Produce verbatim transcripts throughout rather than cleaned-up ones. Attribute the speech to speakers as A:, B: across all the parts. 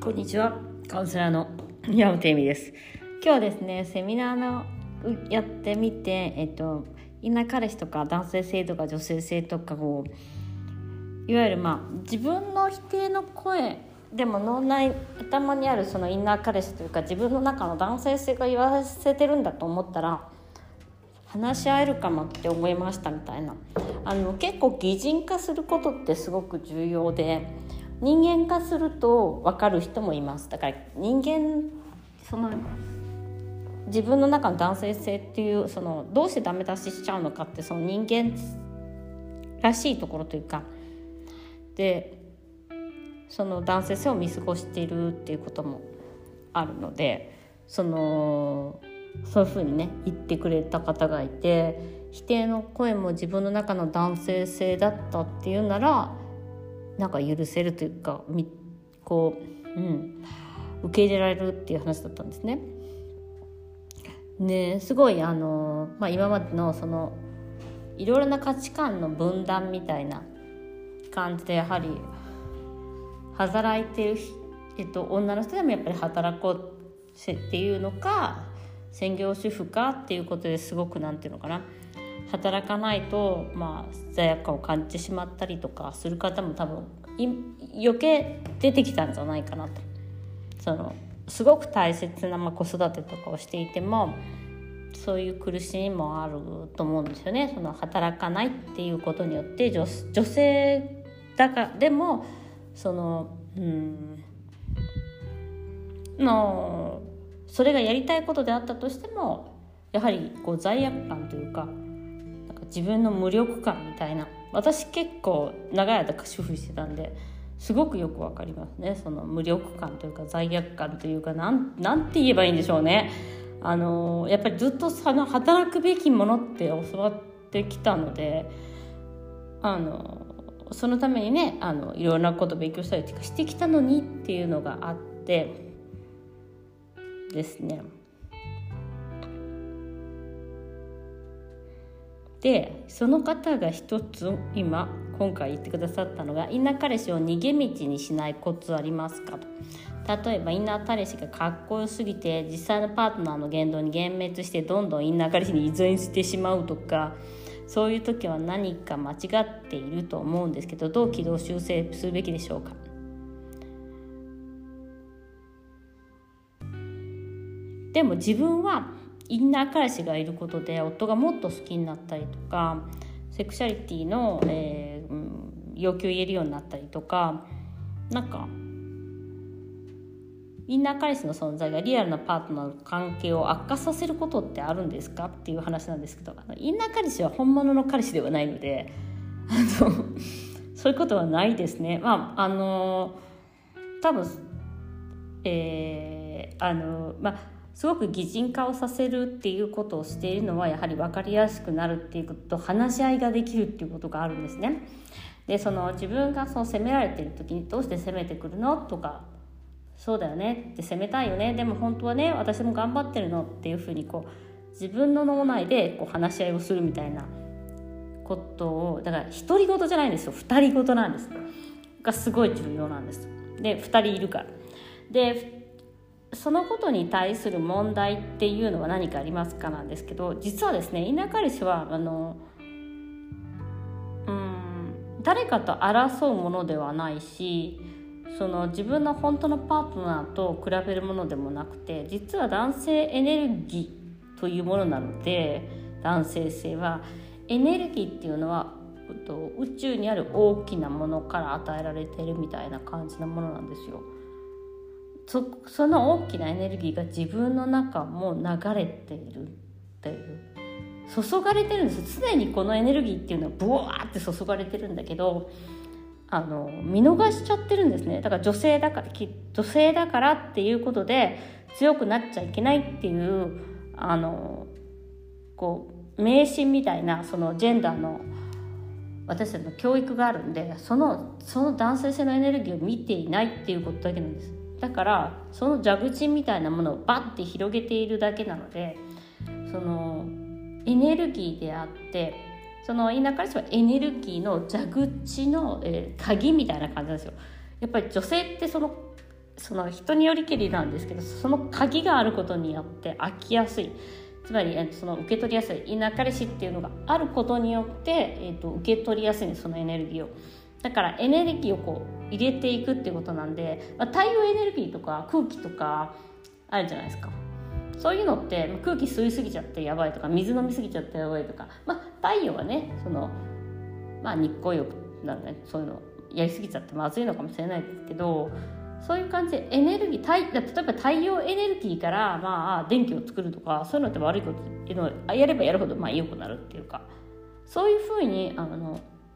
A: こんにちは、カウンセラーの山本恵美です。今日はですね、セミナーのやってみて、えっと、インナー彼氏とか男性性とか女性性とかをいわゆるまあ自分の否定の声でも脳内頭にあるそのインナー彼氏というか自分の中の男性性が言わせてるんだと思ったら話し合えるかもって思いましたみたいな。あの結構擬人化することってすごく重要で、人間化すると分かる人もいます。だから人間その自分の中の男性性っていうそのどうしてダメ出ししちゃうのかってその人間らしいところというかでその男性性を見過ごしているっていうこともあるので、そのそういうふうにね言ってくれた方がいて、否定の声も自分の中の男性性だったっていうならなんか許せるというかこう、うん、受け入れられるっていう話だったんですね。ね、すごいあの、まあ、今までのそのいろいろな価値観の分断みたいな感じでやはり働いてる、えっと、女の人でもやっぱり働こうっていうのか専業主婦かっていうことですごくなんていうのかな働かないと、まあ、罪悪感を感じてしまったりとかする方も多分余計出てきたんじゃないかなと。そのすごく大切な、まあ、子育てとかをしていてもそういう苦しみもあると思うんですよね。その働かないっていうことによって女、女性だからでもその、うん、のそれがやりたいことであったとしてもやはりこう罪悪感というか自分の無力感みたいな、私結構長い間主婦してたんですごくよくわかりますね。その無力感というか罪悪感というかなん、なんて言えばいいんでしょうね。あのやっぱりずっとその働くべきものって教わってきたので、あのそのためにねあのいろんなこと勉強したりとかしてきたのにっていうのがあってですね。でその方が一つ今今回言ってくださったのが、インナー彼氏を逃げ道にしないコツありますかと。例えばインナー彼氏がかっこよすぎて実際のパートナーの言動に幻滅してどんどんインナー彼氏に依存してしまうとか、そういう時は何か間違っていると思うんですけど、どう軌道修正するべきでしょうか。でも自分はインナー彼氏がいることで夫がもっと好きになったりとかセクシャリティの、えーうん、要求を言えるようになったりとか、なんかインナー彼氏の存在がリアルなパートナーの関係を悪化させることってあるんですかっていう話なんですけど、インナー彼氏は本物の彼氏ではないのであのそういうことはないですね。まああの多分えー、あのまあすごく擬人化をさせるっていうことをしているのはやはり分かりやすくなるっていうことと話し合いができるっていうことがあるんですね。でその自分がその責められている時にどうして責めてくるのとか、そうだよねって責めたいよね、でも本当はね私も頑張ってるのっていうふうにこう自分の脳内でこう話し合いをするみたいなことを、だから独り言じゃないんですよ、二人言なんですがすごい重要なんです。で二人いるからでそのことに対する問題っていうのは何かありますかなんですけど、実はですねインナー彼氏はあのうん誰かと争うものではないし、その自分の本当のパートナーと比べるものでもなくて、実は男性エネルギーというものなので、男性性はエネルギーっていうのは宇宙にある大きなものから与えられているみたいな感じのものなんですよ。そ, その大きなエネルギーが自分の中も流れているっていう注がれてるんです。常にこのエネルギーっていうのはブワーって注がれてるんだけど、あの見逃しちゃってるんですね。だから女性だから女性だからっていうことで強くなっちゃいけないっていうあのこう迷信みたいなそのジェンダーの私たちの教育があるんで、そのその男性性のエネルギーを見ていないっていうことだけなんです。だからその蛇口みたいなものをバッて広げているだけなので、そのエネルギーであってそのインナー彼氏はエネルギーの蛇口の、えー、鍵みたいな感じなんですよ。やっぱり女性ってそのその人によりけりなんですけど、その鍵があることによって飽きやすい、つまりその受け取りやすい稲彼氏っていうのがあることによって、えー、と受け取りやすいんです、そのエネルギーを。だからエネルギーをこう入れていくっていうことなんで、まあ、太陽エネルギーとか空気とかあるじゃないですか。そういうのって空気吸いすぎちゃってやばいとか、水飲みすぎちゃってやばいとか、まあ、太陽はねその、まあ、日光浴なんで、ね、そういうのやりすぎちゃってまずいのかもしれないですけど、そういう感じでエネルギー、例えば太陽エネルギーから、まあ、電気を作るとか、そういうのって悪いこというのをやればやるほどまあ良くなるっていうか、そういうふうにあの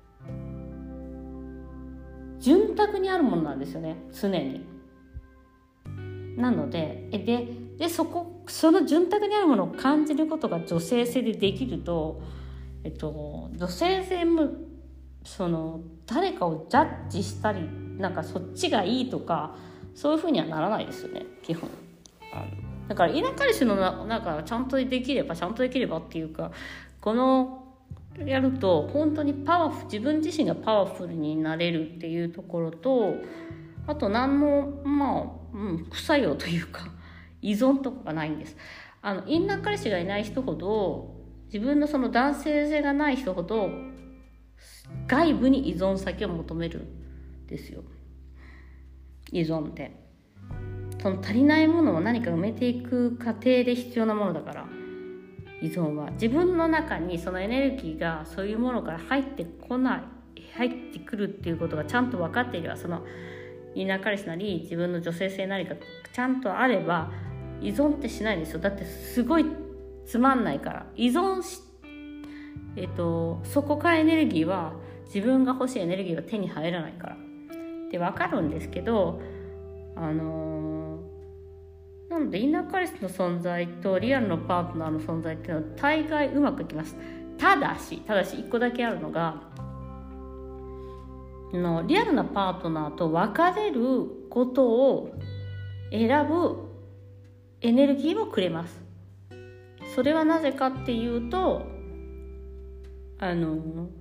A: 潤沢にあるものなんですよね、常に。なのでででそこその潤沢にあるものを感じることが女性性でできると、えっと、女性性もその誰かをジャッジしたり、なんかそっちがいいとかそういうふうにはならないですよね、基本。あのだから稲彼氏のななんかちゃんとできればちゃんとできればっていうか、このやると本当にパワフ自分自身がパワフルになれるっていうところと、あと何のまあ、うん、副作用というか依存とかがないんです。あのインナー彼氏がいない人ほど、自分のその男性性がない人ほど外部に依存先を求めるんですよ。依存ってその足りないものを何か埋めていく過程で必要なものだから、依存は自分の中にそのエネルギーがそういうものから入ってこない、入ってくるっていうことがちゃんと分かっていれば、そのインナー彼氏なり自分の女性性なりがちゃんとあれば依存ってしないんですよ。だってすごいつまんないから。依存し、えっと、そこからエネルギーは自分が欲しいエネルギーは手に入らないからって分かるんですけど、あのー、なのでインナー彼氏の存在とリアルのパートナーの存在っていうのは大概うまくいきます。ただしただし一個だけあるのが、のリアルなパートナーと別れることを選ぶエネルギーをくれます。それはなぜかっていうと、あの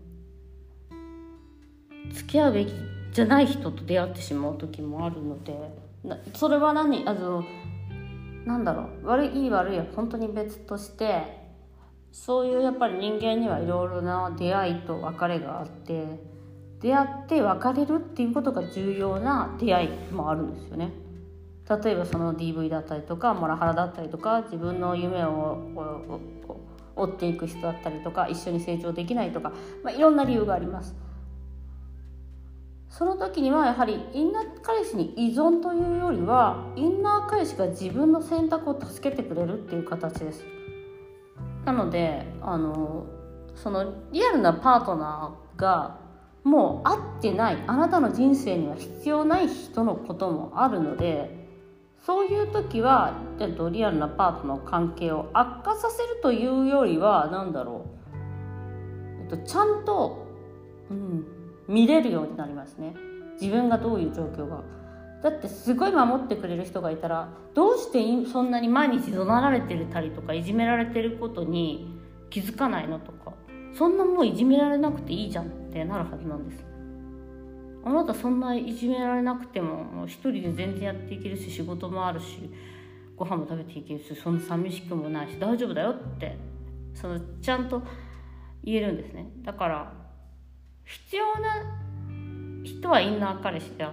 A: 付き合うべきじゃない人と出会ってしまう時もあるので、それは何あのなんだろう、悪いいい悪いは本当に別として、そういうやっぱり人間にはいろいろな出会いと別れがあって、出会って別れるっていうことが重要な出会いもあるんですよね。例えばその ディーブイ だったりとかモラハラだったりとか、自分の夢を追っていく人だったりとか、一緒に成長できないとか、まあ、いろんな理由があります。その時にはやはりインナー彼氏に依存というよりは、インナー彼氏が自分の選択を助けてくれるっていう形です。なのであのそのリアルなパートナーがもう合ってない、あなたの人生には必要ない人のこともあるので、そういう時はリアルなパートナーの関係を悪化させるというよりは、なんだろう、ちゃんと、うん、見れるようになりますね。自分がどういう状況が。だってすごい守ってくれる人がいたら、どうしてそんなに毎日怒鳴られてたりとかいじめられてることに気づかないのとか、そんなもういじめられなくていいじゃんってなるはずなんです。あなたそんないじめられなくても一人で全然やっていけるし、仕事もあるし、ご飯も食べていけるし、そんな寂しくもないし大丈夫だよってそのちゃんと言えるんですね。だから必要な人はインナー彼氏であって、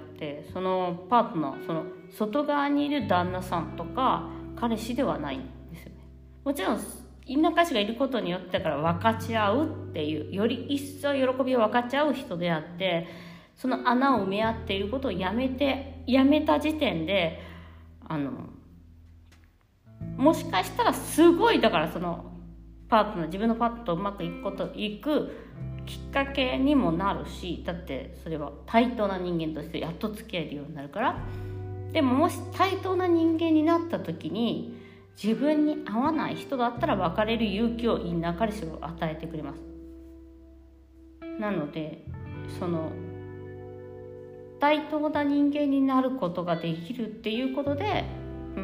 A: そのパートナー、その外側にいる旦那さんとか彼氏ではないんですよね。もちろんインナー彼氏がいることによってだから分かち合うっていう、より一層喜びを分かち合う人であって、その穴を埋め合っていることをやめてやめた時点で、あのもしかしたらすごい、だからそのパートナー、自分のパートナーとうまくいくこといくきっかけにもなるし、だってそれは対等な人間としてやっと付き合えるようになるから。でももし対等な人間になった時に自分に合わない人だったら別れる勇気をインナー彼氏を与えてくれます。なのでその対等な人間になることができるっていうことで、うん、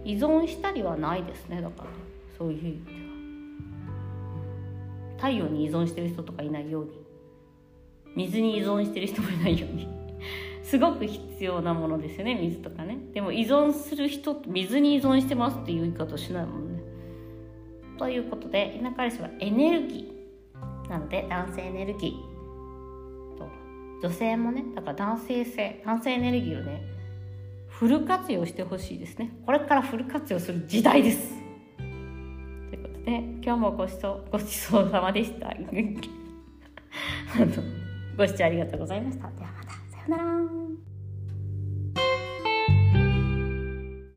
A: 依存したりはないですね。だからそういう意味では、太陽に依存してる人とかいないように、水に依存してる人もいないようにすごく必要なものですよね、水とかね。でも依存する人、水に依存してますっていう言い方しないもんね。ということで、稲刈り師はエネルギーなので、男性エネルギーと女性もね、だから男性性男性エネルギーをねフル活用してほしいですね。これからフル活用する時代です。ということで、今日もご視聴ごちそうさまでした。あのご視聴ありがとうございました。ではまた、さようなら。